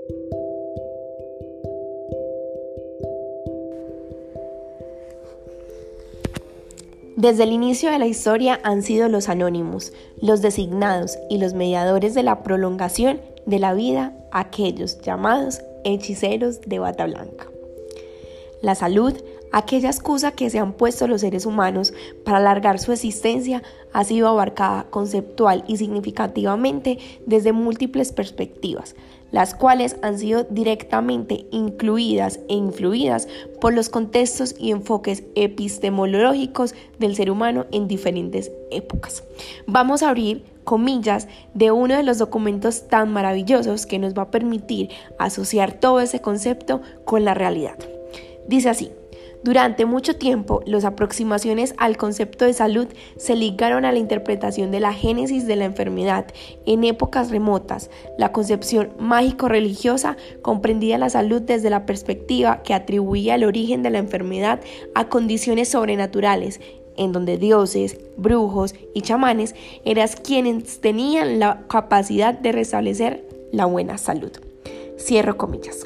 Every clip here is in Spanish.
Desde el inicio de la historia han sido los anónimos, los designados y los mediadores de la prolongación de la vida, aquellos llamados hechiceros de bata blanca. La salud, aquella excusa que se han puesto los seres humanos para alargar su existencia, ha sido abarcada conceptual y significativamente desde múltiples perspectivas, las cuales han sido directamente incluidas e influidas por los contextos y enfoques epistemológicos del ser humano en diferentes épocas. Vamos a abrir comillas de uno de los documentos tan maravillosos que nos va a permitir asociar todo ese concepto con la realidad. Dice así: durante mucho tiempo, las aproximaciones al concepto de salud se ligaron a la interpretación de la génesis de la enfermedad. En épocas remotas, la concepción mágico-religiosa comprendía la salud desde la perspectiva que atribuía el origen de la enfermedad a condiciones sobrenaturales, en donde dioses, brujos y chamanes eran quienes tenían la capacidad de restablecer la buena salud. Cierro comillas.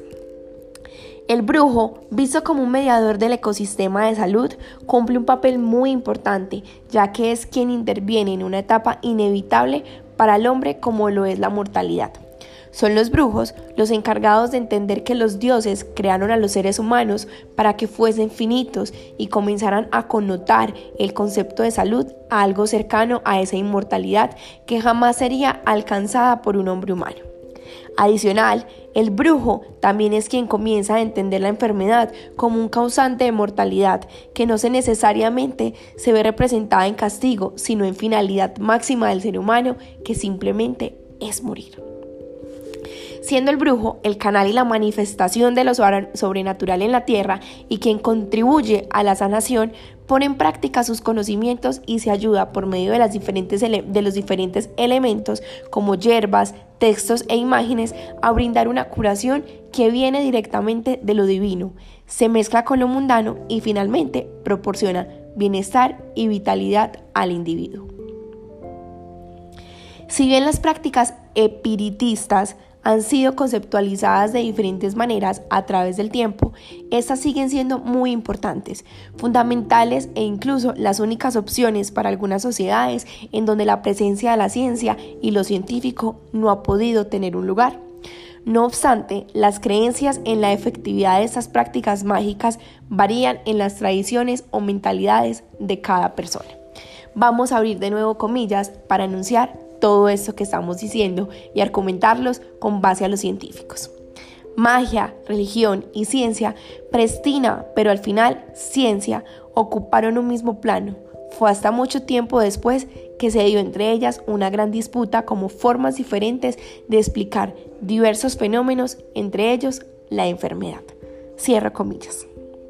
El brujo, visto como un mediador del ecosistema de salud, cumple un papel muy importante, ya que es quien interviene en una etapa inevitable para el hombre como lo es la mortalidad. Son los brujos los encargados de entender que los dioses crearon a los seres humanos para que fuesen finitos y comenzaran a connotar el concepto de salud a algo cercano a esa inmortalidad que jamás sería alcanzada por un hombre humano. Adicional, el brujo también es quien comienza a entender la enfermedad como un causante de mortalidad que no necesariamente se ve representada en castigo, sino en finalidad máxima del ser humano, que simplemente es morir. Siendo el brujo el canal y la manifestación de lo sobrenatural en la tierra y quien contribuye a la sanación, pone en práctica sus conocimientos y se ayuda por medio de los diferentes elementos como hierbas, textos e imágenes a brindar una curación que viene directamente de lo divino, se mezcla con lo mundano y finalmente proporciona bienestar y vitalidad al individuo. Si bien las prácticas espiritistas han sido conceptualizadas de diferentes maneras a través del tiempo, estas siguen siendo muy importantes, fundamentales e incluso las únicas opciones para algunas sociedades en donde la presencia de la ciencia y lo científico no ha podido tener un lugar. No obstante, las creencias en la efectividad de estas prácticas mágicas varían en las tradiciones o mentalidades de cada persona. Vamos a abrir de nuevo comillas para enunciar todo esto que estamos diciendo y argumentarlos con base a los científicos. Magia, religión y ciencia, prestina, pero al final ciencia, ocuparon un mismo plano. Fue hasta mucho tiempo después que se dio entre ellas una gran disputa como formas diferentes de explicar diversos fenómenos, entre ellos la enfermedad. Cierro comillas.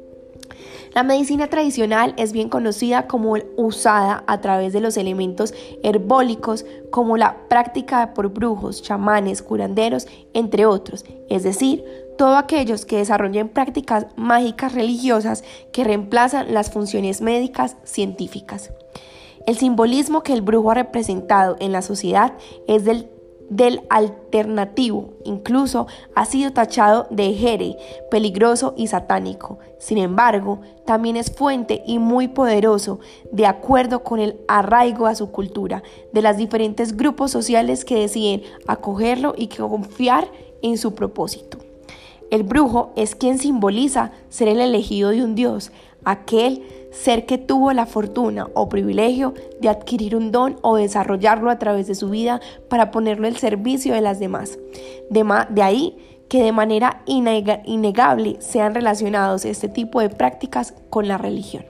La medicina tradicional es bien conocida como usada a través de los elementos herbólicos como la práctica por brujos, chamanes, curanderos, entre otros, es decir, todos aquellos que desarrollen prácticas mágicas religiosas que reemplazan las funciones médicas científicas. El simbolismo que el brujo ha representado en la sociedad es del alternativo, incluso ha sido tachado de ejere, peligroso y satánico. Sin embargo, también es fuente y muy poderoso, de acuerdo con el arraigo a su cultura, de los diferentes grupos sociales que deciden acogerlo y confiar en su propósito. El brujo es quien simboliza ser el elegido de un dios, aquel ser que tuvo la fortuna o privilegio de adquirir un don o desarrollarlo a través de su vida para ponerlo al servicio de las demás. De ahí que de manera innegable sean relacionados este tipo de prácticas con la religión.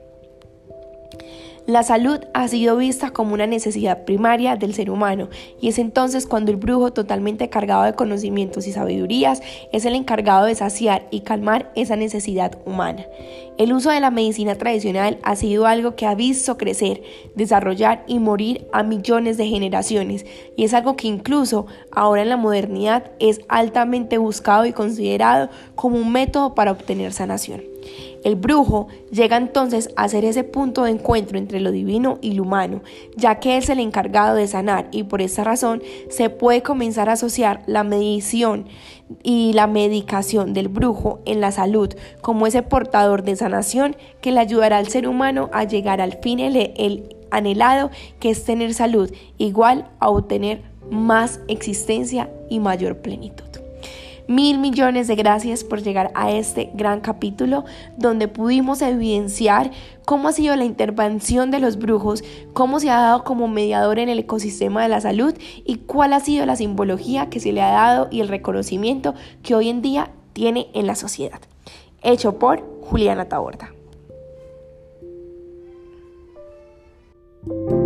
La salud ha sido vista como una necesidad primaria del ser humano y es entonces cuando el brujo, totalmente cargado de conocimientos y sabidurías, es el encargado de saciar y calmar esa necesidad humana. El uso de la medicina tradicional ha sido algo que ha visto crecer, desarrollar y morir a millones de generaciones y es algo que incluso ahora en la modernidad es altamente buscado y considerado como un método para obtener sanación. El brujo llega entonces a ser ese punto de encuentro entre lo divino y lo humano, ya que es el encargado de sanar, y por esta razón se puede comenzar a asociar la medición y la medicación del brujo en la salud como ese portador de sanación que le ayudará al ser humano a llegar al fin el anhelado, que es tener salud, igual a obtener más existencia y mayor plenitud. 1.000 millones de gracias por llegar a este gran capítulo donde pudimos evidenciar cómo ha sido la intervención de los brujos, cómo se ha dado como mediador en el ecosistema de la salud y cuál ha sido la simbología que se le ha dado y el reconocimiento que hoy en día tiene en la sociedad. Hecho por Juliana Taborda.